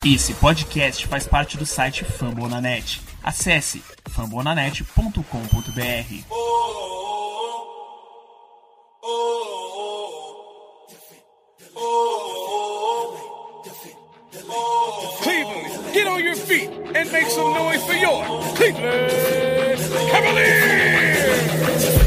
Esse podcast faz parte do site Fambonanet. Acesse fambonanet.com.br. Cleveland, get on your feet and make some noise for your Cleveland Cavaliers!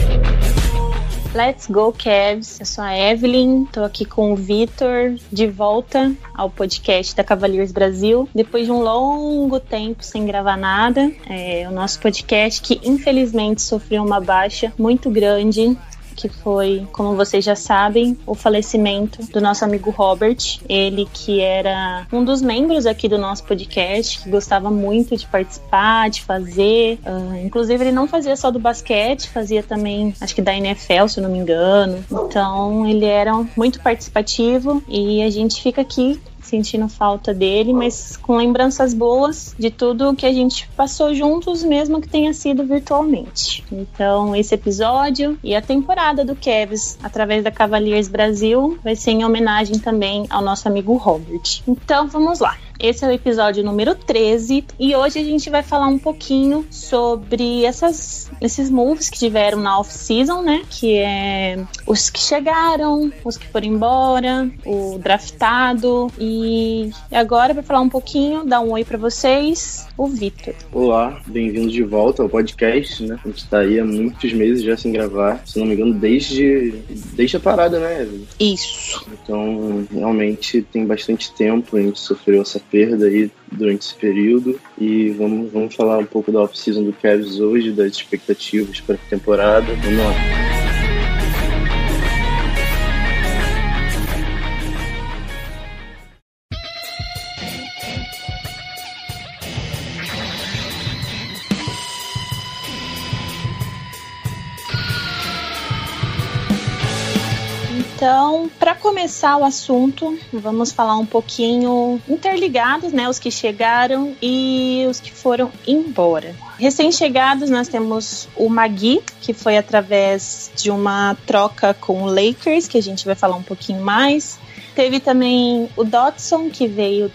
Let's go, Cavs! Eu sou a Evelyn, tô aqui com o Vitor, de volta ao podcast da Cavaliers Brasil, depois de um longo tempo sem gravar nada. O nosso podcast que infelizmente sofreu uma baixa muito grande, que foi, como vocês já sabem, o falecimento do nosso amigo Robert, ele que era um dos membros aqui do nosso podcast, que gostava muito de participar, de fazer, inclusive ele não fazia só do basquete, fazia também, acho que da NFL, se eu não me engano, então ele era muito participativo e a gente fica aqui sentindo falta dele, mas com lembranças boas de tudo que a gente passou juntos, mesmo que tenha sido virtualmente. Então, esse episódio e a temporada do Cavs, através da Cavaliers Brasil, vai ser em homenagem também ao nosso amigo Robert. Então, vamos lá. Esse é o episódio número 13 e hoje a gente vai falar um pouquinho sobre esses moves que tiveram na off-season, né? Que é os que chegaram, os que foram embora, o draftado. E agora, para falar um pouquinho, dar um oi para vocês, o Vitor. Olá, bem-vindos de volta ao podcast, né? A gente tá aí há muitos meses já sem gravar, se não me engano, desde a parada, né? Isso. Então, realmente tem bastante tempo, a gente sofreu essa perda aí durante esse período e vamos falar um pouco da off-season do Cavs hoje, das expectativas para a temporada. Vamos lá. Então, para começar o assunto, vamos falar um pouquinho interligados, né? Os que chegaram e os que foram embora. Recém-chegados, nós temos o Magui, que foi através de uma troca com o Lakers, que a gente vai falar um pouquinho mais. Teve também o Dotson, que veio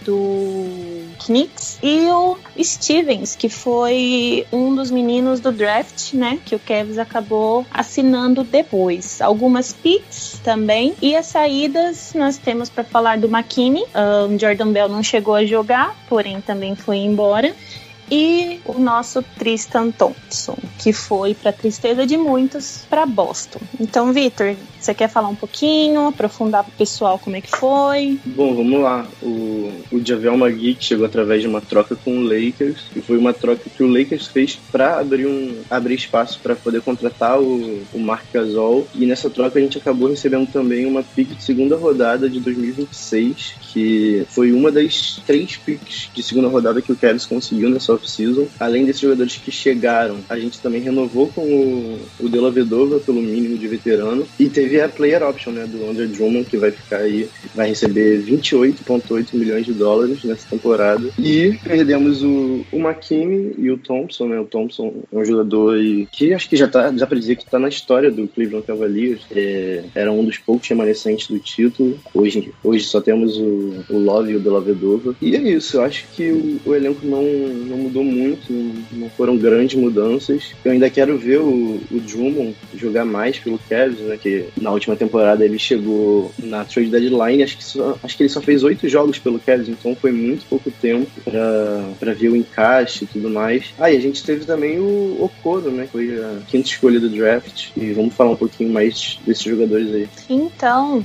do Knicks, e o Stevens, que foi um dos meninos do draft, né, que o Cavs acabou assinando depois. Algumas picks também, e as saídas nós temos para falar do McKinney. O Jordan Bell não chegou a jogar, porém também foi embora. E o nosso Tristan Thompson, que foi, para tristeza de muitos, para Boston. Então, Vitor, você quer falar um pouquinho, aprofundar para o pessoal como é que foi? Bom, vamos lá. O JaVale McGee chegou através de uma troca com o Lakers, e foi uma troca que o Lakers fez para abrir espaço para poder contratar o Marc Gasol. E nessa troca a gente acabou recebendo também uma pick de segunda rodada de 2026, que foi uma das 3 picks de segunda rodada que o Cavs conseguiu nessa off-season. Além desses jogadores que chegaram, a gente também renovou com o Della Vedova pelo mínimo de veterano, e teve a player option, né, do Andre Drummond, que vai ficar aí, vai receber 28,8 milhões de dólares nessa temporada. E perdemos o McKinney e o Thompson, né? O Thompson é um jogador aí que acho que já para dizer que tá na história do Cleveland Cavaliers. Era um dos poucos remanescentes do título. Hoje só temos o Love e o Della Vedova. E é isso, eu acho que o elenco não mudou muito, não foram grandes mudanças. Eu ainda quero ver o Drummond jogar mais pelo Cavs, né? Que na última temporada ele chegou na trade deadline, acho que ele só fez 8 jogos pelo Cavs, então foi muito pouco tempo pra ver o encaixe e tudo mais. E a gente teve também o Okoro, né? Foi a 5ª escolha do draft, e vamos falar um pouquinho mais desses jogadores aí. Então,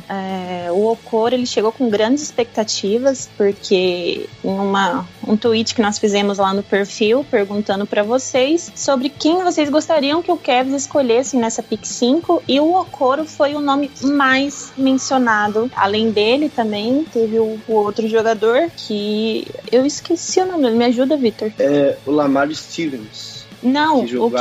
o Okoro, ele chegou com grandes expectativas, porque em um tweet que nós fizemos lá no perfil, perguntando para vocês sobre quem vocês gostariam que o Cavs escolhesse nessa pick 5, e o Okoro foi o nome mais mencionado. Além dele também teve o outro jogador que eu esqueci o nome, me ajuda, Vitor? O Lamar Stevens. Não,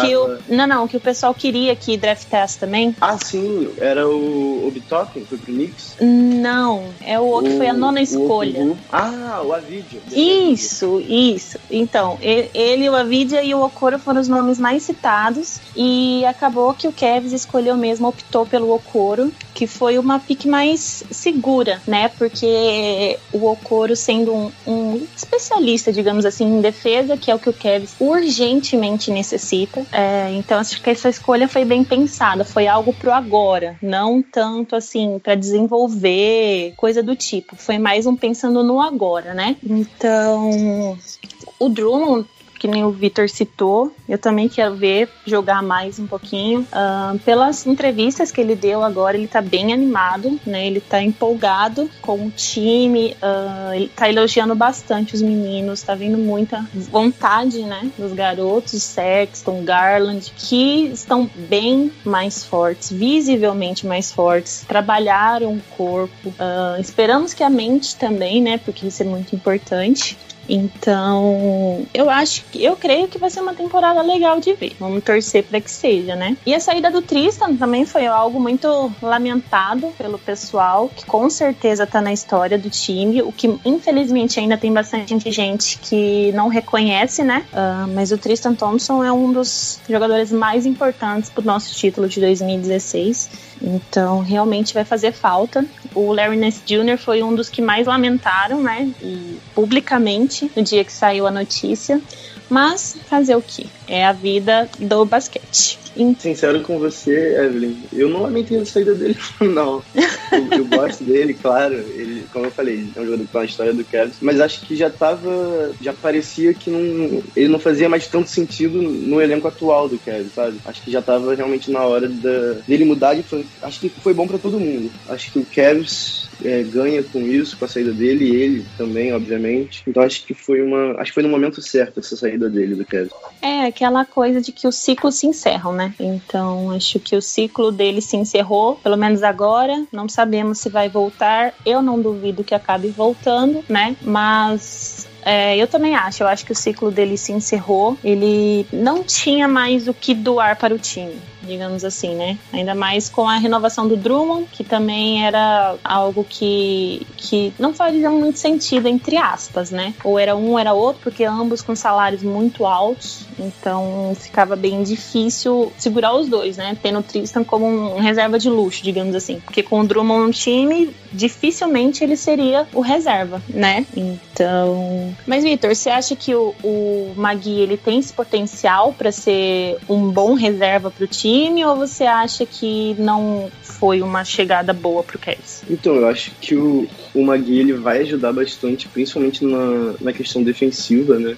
o que o pessoal queria que draftasse também. Ah, sim, era o Obi-Toppin, foi pro Knicks? Não, é o que foi a 9ª escolha. O Avidia. Isso. Então, ele, o Avidia e o Okoro foram os nomes mais citados, e acabou que o Cavs escolheu mesmo, optou pelo Okoro. que foi uma pick mais segura, né? Porque o Okoro sendo um especialista, digamos assim, em defesa, que é o que o Cavs urgentemente necessita. Então acho que essa escolha foi bem pensada, foi algo pro agora, não tanto assim para desenvolver, coisa do tipo. Foi mais um pensando no agora, né? Então, o Drummond, que nem o Vitor citou, eu também quero ver jogar mais um pouquinho. Pelas entrevistas que ele deu agora, ele tá bem animado, né? Ele tá empolgado com o time, ele tá elogiando bastante os meninos, tá vendo muita vontade, né, dos garotos, Sexton, Garland, que estão bem mais fortes, visivelmente mais fortes, trabalharam o corpo. Esperamos que a mente também, né, porque isso é muito importante. Então, eu creio que vai ser uma temporada legal de ver. Vamos torcer para que seja, né? E a saída do Tristan também foi algo muito lamentado pelo pessoal, que com certeza tá na história do time, o que infelizmente ainda tem bastante gente que não reconhece, né? Mas o Tristan Thompson é um dos jogadores mais importantes pro nosso título de 2016. Então, realmente vai fazer falta. O Larry Nance Jr. foi um dos que mais lamentaram, né? E publicamente, no dia que saiu a notícia. Mas, fazer o quê? É a vida do basquete. Sincero com você, Evelyn, eu não lamentei a saída dele, não. Eu gosto dele, claro. Ele, como eu falei, é um jogador com a história do Cavs, mas acho que já parecia que ele não fazia mais tanto sentido no elenco atual do Cavs, sabe? Acho que já tava realmente na hora dele mudar de franquia. Acho que foi bom pra todo mundo. Acho que o Cavs ganha com isso, com a saída dele, e ele também, obviamente. Então acho que foi no momento certo essa saída dele do Cavs. É aquela coisa de que os ciclos se encerram, né? Então acho que o ciclo dele se encerrou, pelo menos agora. Não sabemos se vai voltar. Eu não duvido que acabe voltando, né? Mas eu também acho. Eu acho que o ciclo dele se encerrou. Ele não tinha mais o que doar para o time, digamos assim, né? Ainda mais com a renovação do Drummond, que também era algo que não fazia muito sentido, entre aspas, né? Ou era um, era outro, porque ambos com salários muito altos, então ficava bem difícil segurar os dois, né? Tendo o Tristan como um reserva de luxo, digamos assim. Porque com o Drummond no time, dificilmente ele seria o reserva, né? Então... Mas, Vitor, você acha que o Magui, ele tem esse potencial para ser um bom reserva pro time, ou você acha que não foi uma chegada boa pro Cavs? Então, eu acho que o Magui, ele vai ajudar bastante, principalmente na questão defensiva, né?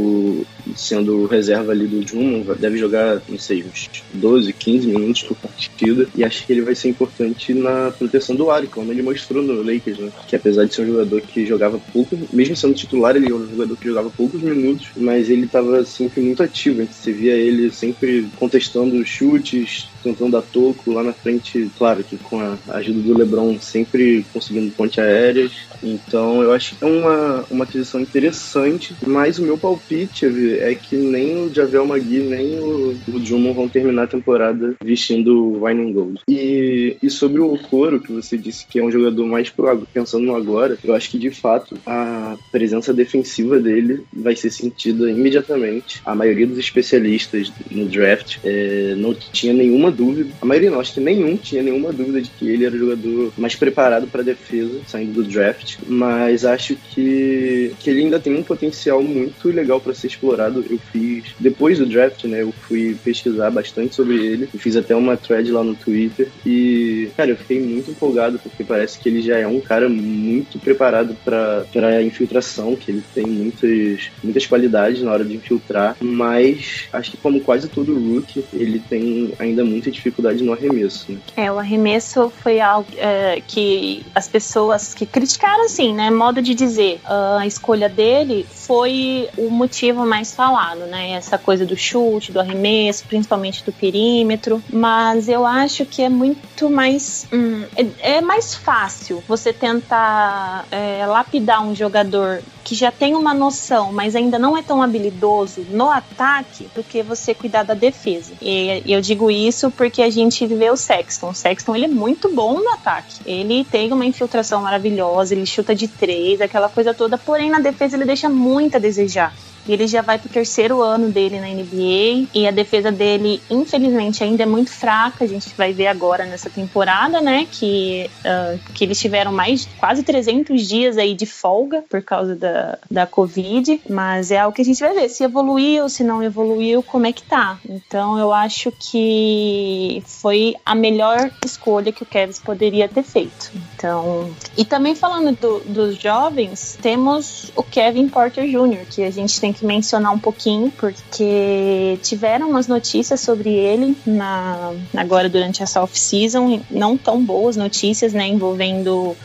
Sendo reserva ali do Drummond, deve jogar, não sei, uns 12, 15 minutos por partida, e acho que ele vai ser importante na proteção do aro, como ele mostrou no Lakers, né? Que apesar de ser um jogador que jogava pouco, mesmo sendo titular, ele é um jogador que jogava poucos minutos, mas ele estava sempre muito ativo. Você via ele sempre contestando os chutes, tentando dar toco lá na frente, claro que com a ajuda do LeBron, sempre conseguindo ponte aéreas. Então eu acho que é uma aquisição interessante, mas o meu palpite é que nem o JaVale McGee nem o Drummond vão terminar a temporada vestindo o Wine and Gold. E sobre o Okoro, que você disse que é um jogador mais pensando no agora, eu acho que de fato a presença defensiva dele vai ser sentida imediatamente. A maioria dos especialistas no draft não tinha nenhuma dúvida, a maioria não, acho que nenhum tinha nenhuma dúvida de que ele era o jogador mais preparado para defesa saindo do draft, mas acho que ele ainda tem um potencial muito legal para ser explorado. Eu fiz, depois do draft, né, eu fui pesquisar bastante sobre ele, eu fiz até uma thread lá no Twitter e, cara, eu fiquei muito empolgado porque parece que ele já é um cara muito preparado para infiltração, que ele tem muitas qualidades na hora de infiltrar, mas acho que como quase todo rookie, ele tem ainda muita dificuldade no arremesso, né? O arremesso foi algo que as pessoas que criticaram, assim, né, modo de dizer, a escolha dele foi o motivo mais falado, né, essa coisa do chute, do arremesso, principalmente do perímetro, mas eu acho que é muito mais é mais fácil você tentar lapidar um jogador que já tem uma noção, mas ainda não é tão habilidoso no ataque, do que você cuidar da defesa. E eu digo isso porque a gente vê o Sexton. O Sexton, ele é muito bom no ataque. Ele tem uma infiltração maravilhosa, ele chuta de 3, aquela coisa toda, porém na defesa ele deixa muito a desejar. e ele já vai pro 3º ano dele na NBA, e a defesa dele, infelizmente, ainda é muito fraca. A gente vai ver agora nessa temporada, né, que eles tiveram quase 300 dias aí de folga por causa da Covid, mas é algo que a gente vai ver, se evoluiu, se não evoluiu, como é que tá. Então eu acho que foi a melhor escolha que o Cavs poderia ter feito. Então, e também falando dos jovens, temos o Kevin Porter Jr., que a gente tem que mencionar um pouquinho, porque tiveram umas notícias sobre ele agora durante essa off-season, não tão boas notícias, né, envolvendo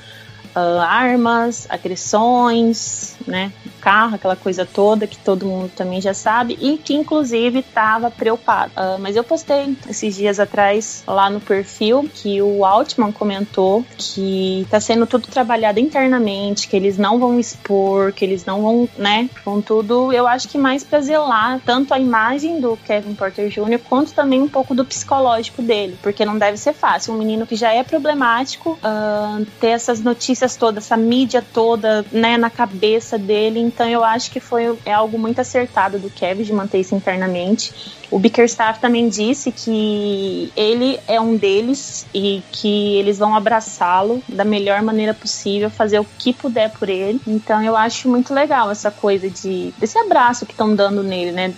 armas, agressões, né, carro, aquela coisa toda que todo mundo também já sabe, e que inclusive estava preocupado. Mas eu postei esses dias atrás lá no perfil que o Altman comentou que está sendo tudo trabalhado internamente, que eles não vão expor, que eles não vão, né, com tudo, eu acho que mais para zelar tanto a imagem do Kevin Porter Jr. quanto também um pouco do psicológico dele, porque não deve ser fácil, um menino que já é problemático, ter essas notícias todas, essa mídia toda, né, na cabeça dele. Então eu acho que é algo muito acertado do Kevin de manter isso internamente. O Bickerstaff também disse que ele é um deles e que eles vão abraçá-lo da melhor maneira possível, fazer o que puder por ele. Então eu acho muito legal essa coisa desse abraço que estão dando nele, né?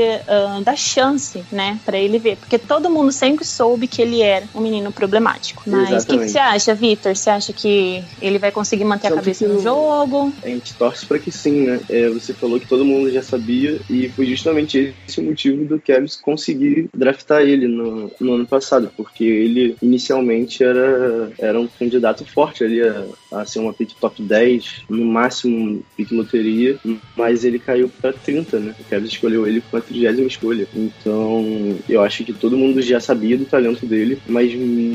Da chance, né? Pra ele ver. Porque todo mundo sempre soube que ele era um menino problemático. Mas o que você acha, Vitor? Você acha que ele vai conseguir manter a cabeça no jogo? A gente torce pra que sim, né? Você falou que todo mundo já sabia e foi justamente esse o motivo do Kevin conseguir draftar ele no ano passado, porque ele inicialmente era um candidato forte ali a ser uma pick top 10, no máximo pick loteria, mas ele caiu para 30, né? O Cavs escolheu ele com a 30ª escolha. Então, eu acho que todo mundo já sabia do talento dele, mas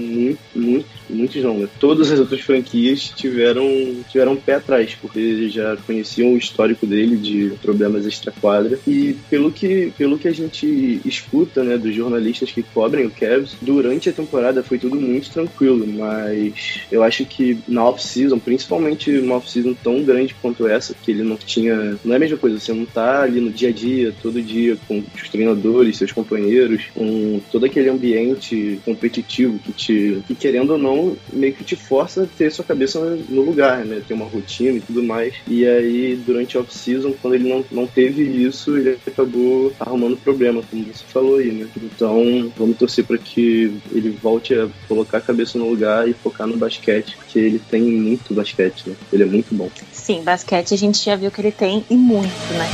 muitos não, né? Todas as outras franquias tiveram um pé atrás, porque eles já conheciam o histórico dele de problemas extra-quadra, e pelo que a gente escuta, né, dos jornalistas que cobrem o Cavs, durante a temporada foi tudo muito tranquilo, mas eu acho que na off-season, principalmente uma off-season tão grande quanto essa, que ele não é a mesma coisa, você não tá ali no dia a dia, todo dia, com os treinadores, seus companheiros, com todo aquele ambiente competitivo que querendo ou não, meio que te força a ter sua cabeça no lugar, né, ter uma rotina e tudo mais, e aí durante a off-season, quando ele não teve isso, ele acabou arrumando problema, como você falou aí, né? Então, vamos torcer para que ele volte a colocar a cabeça no lugar e focar no basquete, porque ele tem muito basquete, né? Ele é muito bom. Sim, basquete a gente já viu que ele tem e muito, né?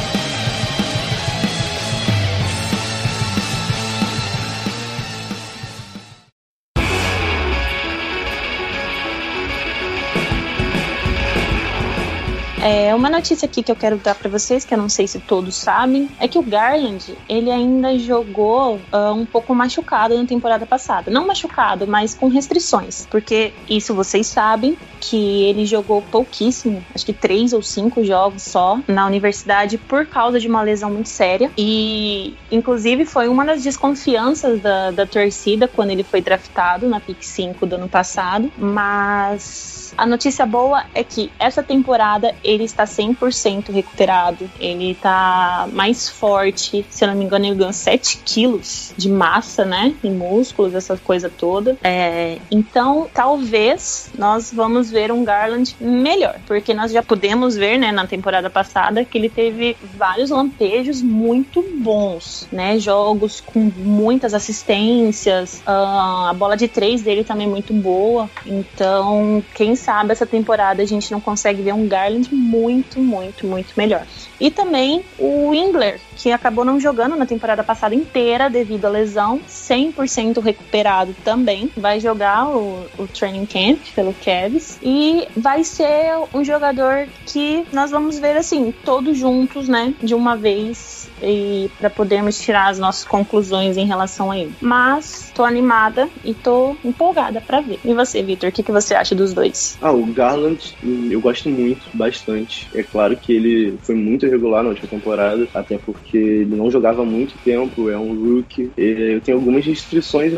Uma notícia aqui que eu quero dar pra vocês, que eu não sei se todos sabem, é que o Garland, ele ainda jogou um pouco machucado na temporada passada. Não machucado, mas com restrições. Porque isso vocês sabem, que ele jogou pouquíssimo, acho que 3 ou 5 jogos só na universidade por causa de uma lesão muito séria. E, inclusive, foi uma das desconfianças da torcida quando ele foi draftado na pick 5 do ano passado. Mas a notícia boa é que essa temporada ele está 100% recuperado, ele tá mais forte, se eu não me engano ele ganhou 7 quilos de massa, né, em músculos, essa coisa toda. Então talvez nós vamos ver um Garland melhor, porque nós já pudemos ver, né, na temporada passada que ele teve vários lampejos muito bons, né, jogos com muitas assistências, a bola de 3 dele também é muito boa. Então quem sabe essa temporada a gente não consegue ver um Garland muito melhor. E também o Wingler, que acabou não jogando na temporada passada inteira devido à lesão, 100% recuperado também, vai jogar o training camp pelo Cavs e vai ser um jogador que nós vamos ver assim, todos juntos, né, de uma vez, e para podermos tirar as nossas conclusões em relação a ele. Mas tô animada e tô empolgada para ver. E você, Vitor, o que você acha dos dois? O Garland eu gosto bastante bastante. É claro que ele foi muito irregular na última temporada, até porque ele não jogava há muito tempo, é um rookie. Eu tenho algumas restrições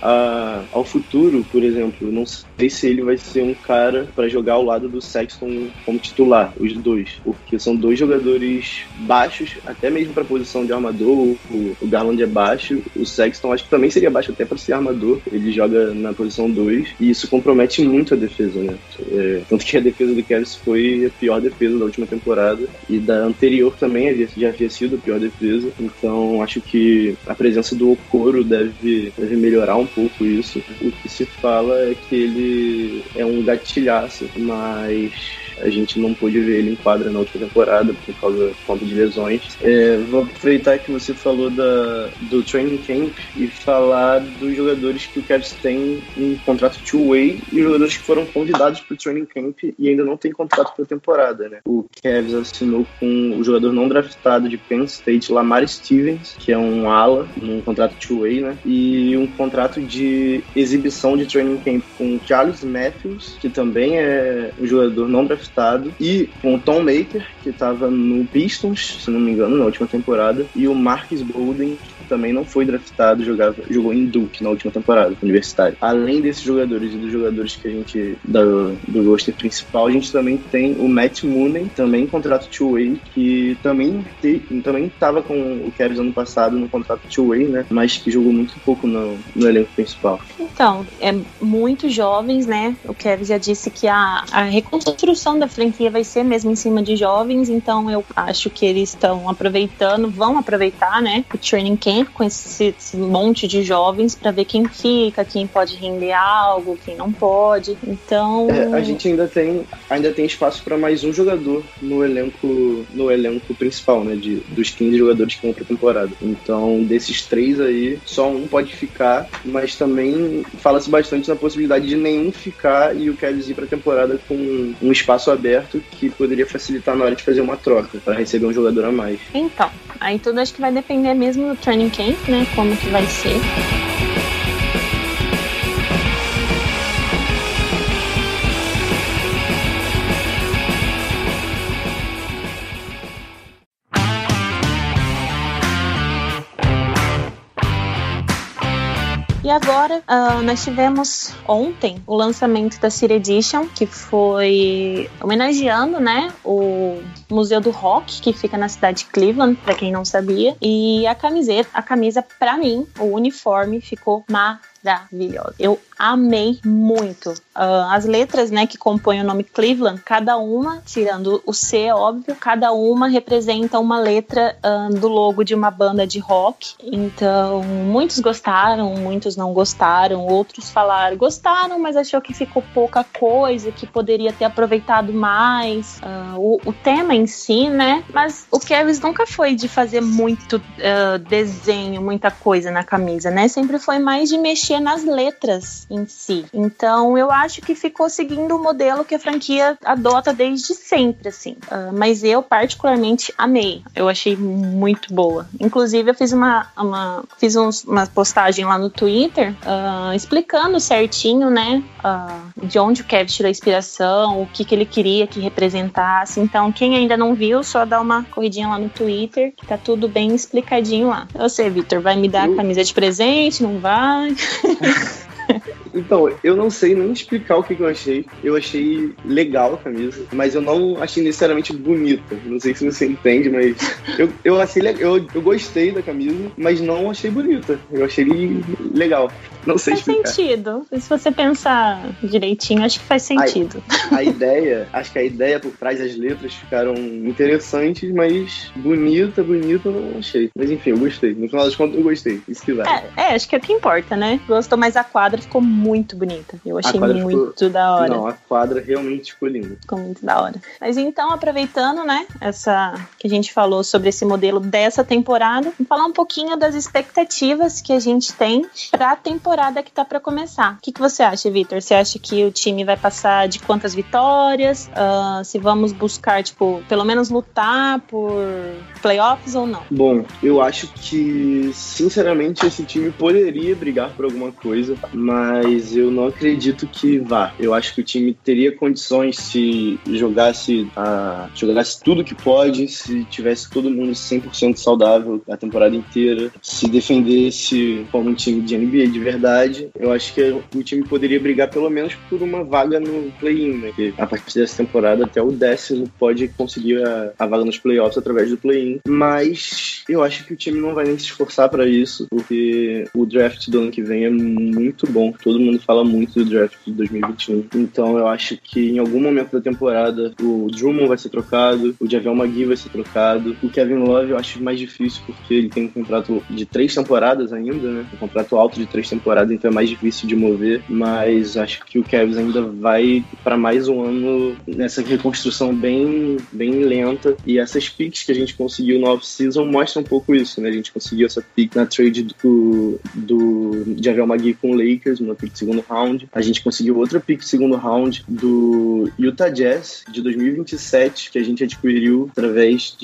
ao futuro, por exemplo. Não sei se ele vai ser um cara para jogar ao lado do Sexton como titular, os dois, porque são dois jogadores baixos, até mesmo para a posição de armador. O Garland é baixo, o Sexton acho que também seria baixo até para ser armador. Ele joga na posição 2 e isso compromete muito a defesa, né? Tanto que a defesa do Cavs foi a pior defesa da última temporada e da anterior também já havia sido a pior defesa. Então acho que a presença do Okoro deve melhorar um pouco isso. O que se fala é que ele é um gatilhaço, mas a gente não pôde ver ele em quadra na última temporada por conta de lesões. Vou aproveitar que você falou do training camp e falar dos jogadores que o Cavs tem em contrato two-way e jogadores que foram convidados para o training camp e ainda não tem contrato para a temporada, né? O Cavs assinou com o jogador não draftado de Penn State, Lamar Stevens, que é um ala, num contrato two-way, né? E um contrato de exibição de training camp com Charles Matthews, que também é um jogador não draftado, e com o Tom Maker, que estava no Pistons, se não me engano, na última temporada, e o Marcus Bolden, que também não foi draftado, jogou em Duke na última temporada, universitário. Além desses jogadores e dos jogadores que a gente, do roster principal, a gente também tem o Matt Mooney, também contrato two-way, que também estava com o Cavs ano passado no contrato two-way, né, mas que jogou muito pouco no elenco principal. Então, é muito jovens, né? O Cavs já disse que a reconstrução da franquia vai ser mesmo em cima de jovens, então eu acho que eles vão aproveitar, né, o training camp com esse monte de jovens para ver quem fica, quem pode render algo, quem não pode. Então a gente ainda tem espaço para mais um jogador no elenco principal, né, dos 15 jogadores que vão para a temporada. Então desses 3 aí, só um pode ficar, mas também fala-se bastante na possibilidade de nenhum ficar e o Cavs ir para a temporada com um espaço aberto que poderia facilitar na hora de fazer uma troca para receber um jogador a mais. Então, aí tudo acho que vai depender mesmo do training camp, né? Como que vai ser. E agora, nós tivemos ontem o lançamento da City Edition, que foi homenageando, né, o Museu do Rock, que fica na cidade de Cleveland, pra quem não sabia. E a camisa, pra mim, o uniforme ficou maravilhosa. Eu amei muito. As letras, né, que compõem o nome Cleveland, cada uma, tirando o C, óbvio, cada uma representa uma letra do logo de uma banda de rock. Então, muitos gostaram, muitos não gostaram, outros gostaram, mas achou que ficou pouca coisa, que poderia ter aproveitado mais o tema em si, né? Mas o Cavs nunca foi de fazer muito desenho, muita coisa na camisa, né? Sempre foi mais de mexer nas letras em si. Então eu acho que ficou seguindo o modelo que a franquia adota desde sempre, assim. Mas eu particularmente amei. Eu achei muito boa. Inclusive eu fiz uma postagem lá no Twitter explicando certinho, né, de onde o Cavs tirou a inspiração, o que ele queria que representasse. Então quem ainda não viu, só dá uma corridinha lá no Twitter, que tá tudo bem explicadinho lá. Você, Vitor, vai me dar a camisa de presente? Não vai? Então, eu não sei nem explicar o que eu achei. Eu achei legal a camisa, mas eu não achei necessariamente bonita. Não sei se você entende, mas eu achei eu gostei da camisa, mas não achei bonita. Eu achei legal. Não sei explicar. Faz sentido. Se você pensar direitinho, acho que faz sentido. Acho que a ideia por trás das letras ficaram interessantes, mas bonita eu não achei. Mas enfim, eu gostei. No final das contas, eu gostei. Isso que vai. Acho que é o que importa, né? Gostou, mas a quadra ficou muito bonita. Eu achei muito da hora. Não, a quadra realmente ficou linda. Ficou muito da hora. Mas então, aproveitando, né, essa que a gente falou sobre esse modelo dessa temporada, vamos falar um pouquinho das expectativas que a gente tem pra temporada que tá pra começar. O que você acha, Vitor? Você acha que o time vai passar de quantas vitórias? Se vamos buscar, tipo, pelo menos lutar por playoffs ou não? Bom, eu acho que, sinceramente, esse time poderia brigar por alguma coisa, mas mas eu não acredito que vá. Eu acho que o time teria condições se jogasse tudo que pode, se tivesse todo mundo 100% saudável a temporada inteira, se defendesse como um time de NBA de verdade. Eu acho que o time poderia brigar pelo menos por uma vaga no play-in, né? Que a partir dessa temporada até o 10º pode conseguir a vaga nos playoffs através do play-in, mas eu acho que o time não vai nem se esforçar para isso, porque o draft do ano que vem é muito bom. Todo mundo fala muito do draft de 2021. Então eu acho que em algum momento da temporada o Drummond vai ser trocado, o JaVale McGee vai ser trocado. O Kevin Love eu acho mais difícil porque ele tem um contrato de 3 temporadas ainda, né? Um contrato alto de 3 temporadas, então é mais difícil de mover, mas acho que o Cavs ainda vai para mais um ano nessa reconstrução bem lenta, e essas picks que a gente conseguiu no off-season mostram um pouco isso, né? A gente conseguiu essa pick na trade do JaVale McGee com o Lakers, uma pick de segundo round. A gente conseguiu outra pick de segundo round do Utah Jazz de 2027, que a gente adquiriu através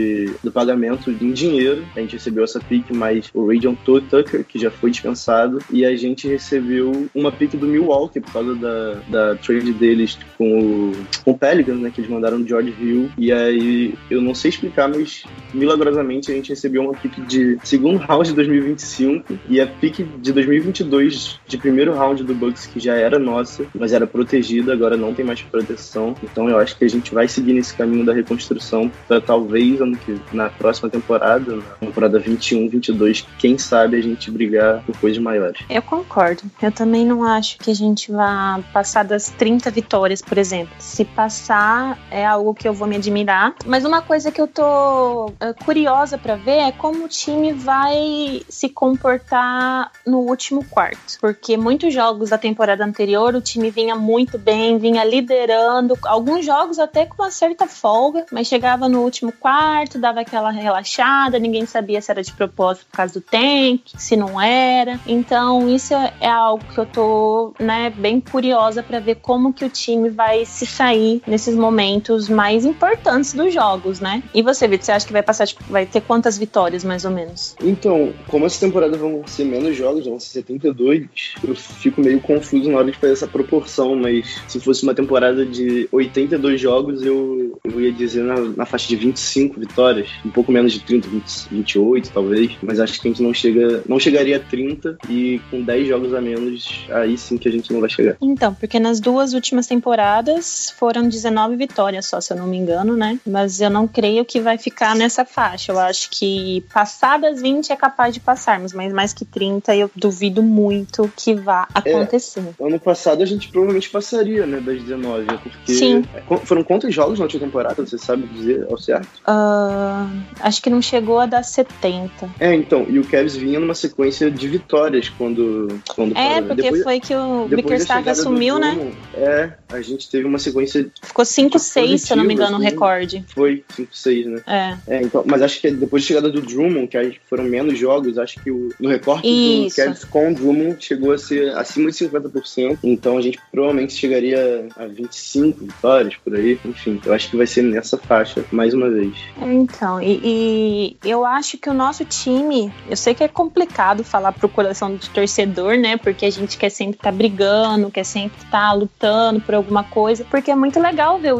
do pagamento em dinheiro. A gente recebeu essa pick, mais o Region Tucker, que já foi dispensado, e a gente recebeu uma pick do Milwaukee por causa da trade deles com o Pelicans, né, que eles mandaram o George Hill, e aí eu não sei explicar, mas milagrosamente a gente recebeu uma pick de segundo round de 2025 e a pick de 2022 de primeiro round do Bucks, que já era nossa, mas era protegida, agora não tem mais proteção. Então eu acho que a gente vai seguir nesse caminho da reconstrução para talvez na próxima temporada, na temporada 21-22, quem sabe a gente brigar por coisas maiores. Eu concordo. Eu também não acho que a gente vá passar das 30 vitórias, por exemplo. Se passar, é algo que eu vou me admirar. Mas uma coisa que eu tô curiosa pra ver é como o time vai se comportar no último quarto. Porque muitos jogos da temporada anterior, o time vinha muito bem, vinha liderando. Alguns jogos até com uma certa folga, mas chegava no último quarto, dava aquela relaxada, ninguém sabia se era de propósito por causa do tank, se não era. Então isso é algo que eu tô, bem curiosa pra ver como que o time vai se sair nesses momentos mais importantes dos jogos, né? E você, Vitor, você acha que vai ter quantas vitórias, mais ou menos? Então, como essa temporada vão ser menos jogos, vão ser 72, eu fico meio confuso na hora de fazer essa proporção, mas se fosse uma temporada de 82 jogos, eu ia dizer na faixa de 25 vitórias, um pouco menos de 30, 28 talvez, mas acho que a gente não chegaria a 30, e com 10 jogos a menos, aí sim que a gente não vai chegar. Então, porque nas 2 últimas temporadas foram 19 vitórias só, se eu não me engano, né? Mas eu não creio que vai ficar nessa faixa. Eu acho que passadas 20 é capaz de passarmos, mas mais que 30 eu duvido muito que vá acontecer. Ano passado a gente provavelmente passaria, né, das 19, porque... Sim. Foram quantos jogos na última temporada, você sabe dizer ao certo? Acho que não chegou a dar 70. Então, e o Cavs vinha numa sequência de vitórias quando porque depois, foi que o Bickerstaff assumiu, né? A gente teve uma sequência... Ficou 5-6, se eu não me engano, o recorde. Foi 5-6, né? Então, mas acho que depois da chegada do Drummond, que aí foram menos jogos, acho que no recorte do Cavs com o Drummond chegou a ser acima de 50%, então a gente provavelmente chegaria a 25 vitórias, por aí. Enfim, eu acho que vai ser nessa faixa, mais uma vez. Então, e eu acho que o nosso time, eu sei que é complicado falar pro coração de torcedor, né? Porque a gente quer sempre estar brigando, quer sempre estar lutando por alguma coisa, porque é muito legal ver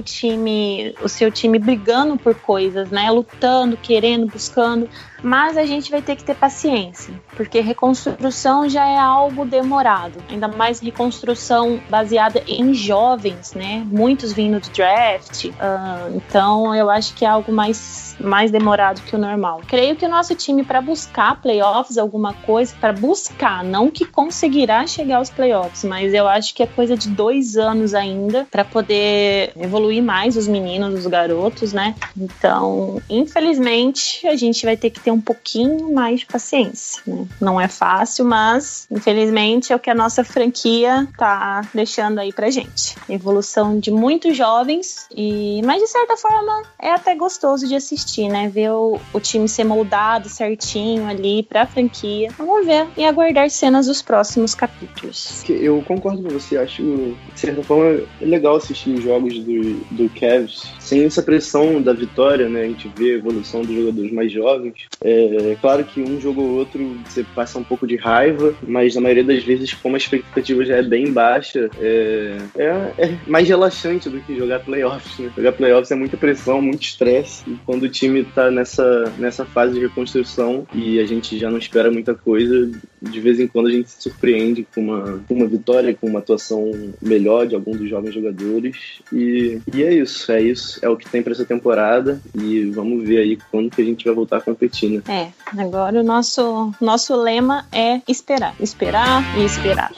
o seu time brigando por coisas, né? Lutando, querendo, buscando. Mas a gente vai ter que ter paciência, porque reconstrução já é algo demorado, ainda mais reconstrução baseada em jovens, né? Muitos vindo do draft, então eu acho que é algo mais demorado que o normal. Creio que o nosso time, para buscar playoffs, alguma coisa, para buscar, não que conseguirá chegar aos playoffs, mas eu acho que é coisa de 2 anos ainda, para poder evoluir mais os meninos, os garotos, né? Então, infelizmente, a gente vai ter que ter um pouquinho mais de paciência, né? Não é fácil, mas infelizmente é o que a nossa franquia tá deixando aí pra gente. Evolução de muitos jovens, mas de certa forma é até gostoso de assistir, né? Ver o time ser moldado certinho ali pra franquia. Vamos ver e aguardar cenas dos próximos capítulos. Eu concordo com você, acho de certa forma legal assistir os jogos do Cavs sem essa pressão da vitória, né? A gente vê a evolução dos jogadores mais jovens. É claro que um jogo ou outro você passa um pouco de raiva, mas na maioria das vezes mas como a expectativa já é bem baixa, é mais relaxante do que jogar playoffs, né? Jogar playoffs é muita pressão, muito estresse, e quando o time tá nessa fase de reconstrução e a gente já não espera muita coisa, de vez em quando a gente se surpreende com uma vitória, com uma atuação melhor de algum dos jovens jogadores, e é isso, é o que tem para essa temporada, e vamos ver aí quando que a gente vai voltar a competir, né? Agora o nosso lema é esperar e esperar.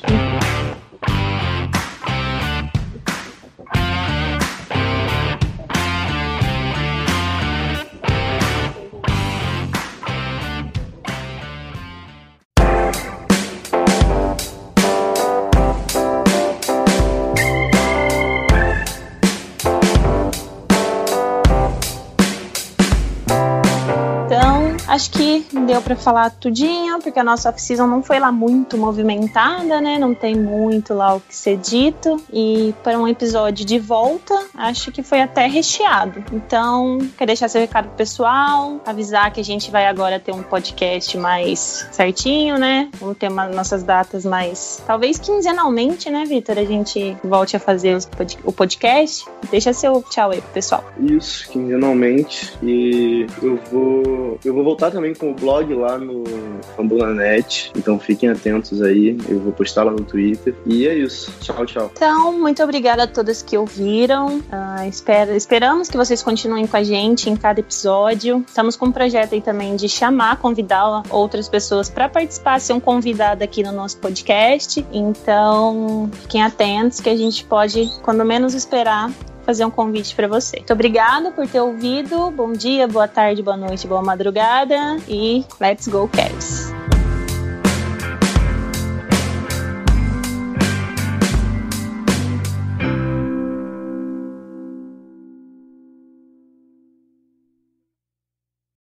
Acho que deu pra falar tudinho, porque a nossa off-season não foi lá muito movimentada, né? Não tem muito lá o que ser dito. E para um episódio de volta, acho que foi até recheado. Então, quer deixar seu recado pro pessoal, avisar que a gente vai agora ter um podcast mais certinho, né? Vamos ter nossas datas mais... Talvez quinzenalmente, né, Vitor? A gente volte a fazer o podcast. Deixa seu tchau aí pro pessoal. Isso, quinzenalmente. E eu vou voltar também com o blog lá no Fambonanet, então fiquem atentos aí, eu vou postar lá no Twitter, e é isso, tchau. Então, muito obrigada a todas que ouviram, esperamos que vocês continuem com a gente em cada episódio. Estamos com um projeto aí também de convidar outras pessoas para participar, ser um convidado aqui no nosso podcast, então fiquem atentos que a gente pode, quando menos esperar, fazer um convite para você. Muito obrigada por ter ouvido. Bom dia, boa tarde, boa noite, boa madrugada e let's go Cavs!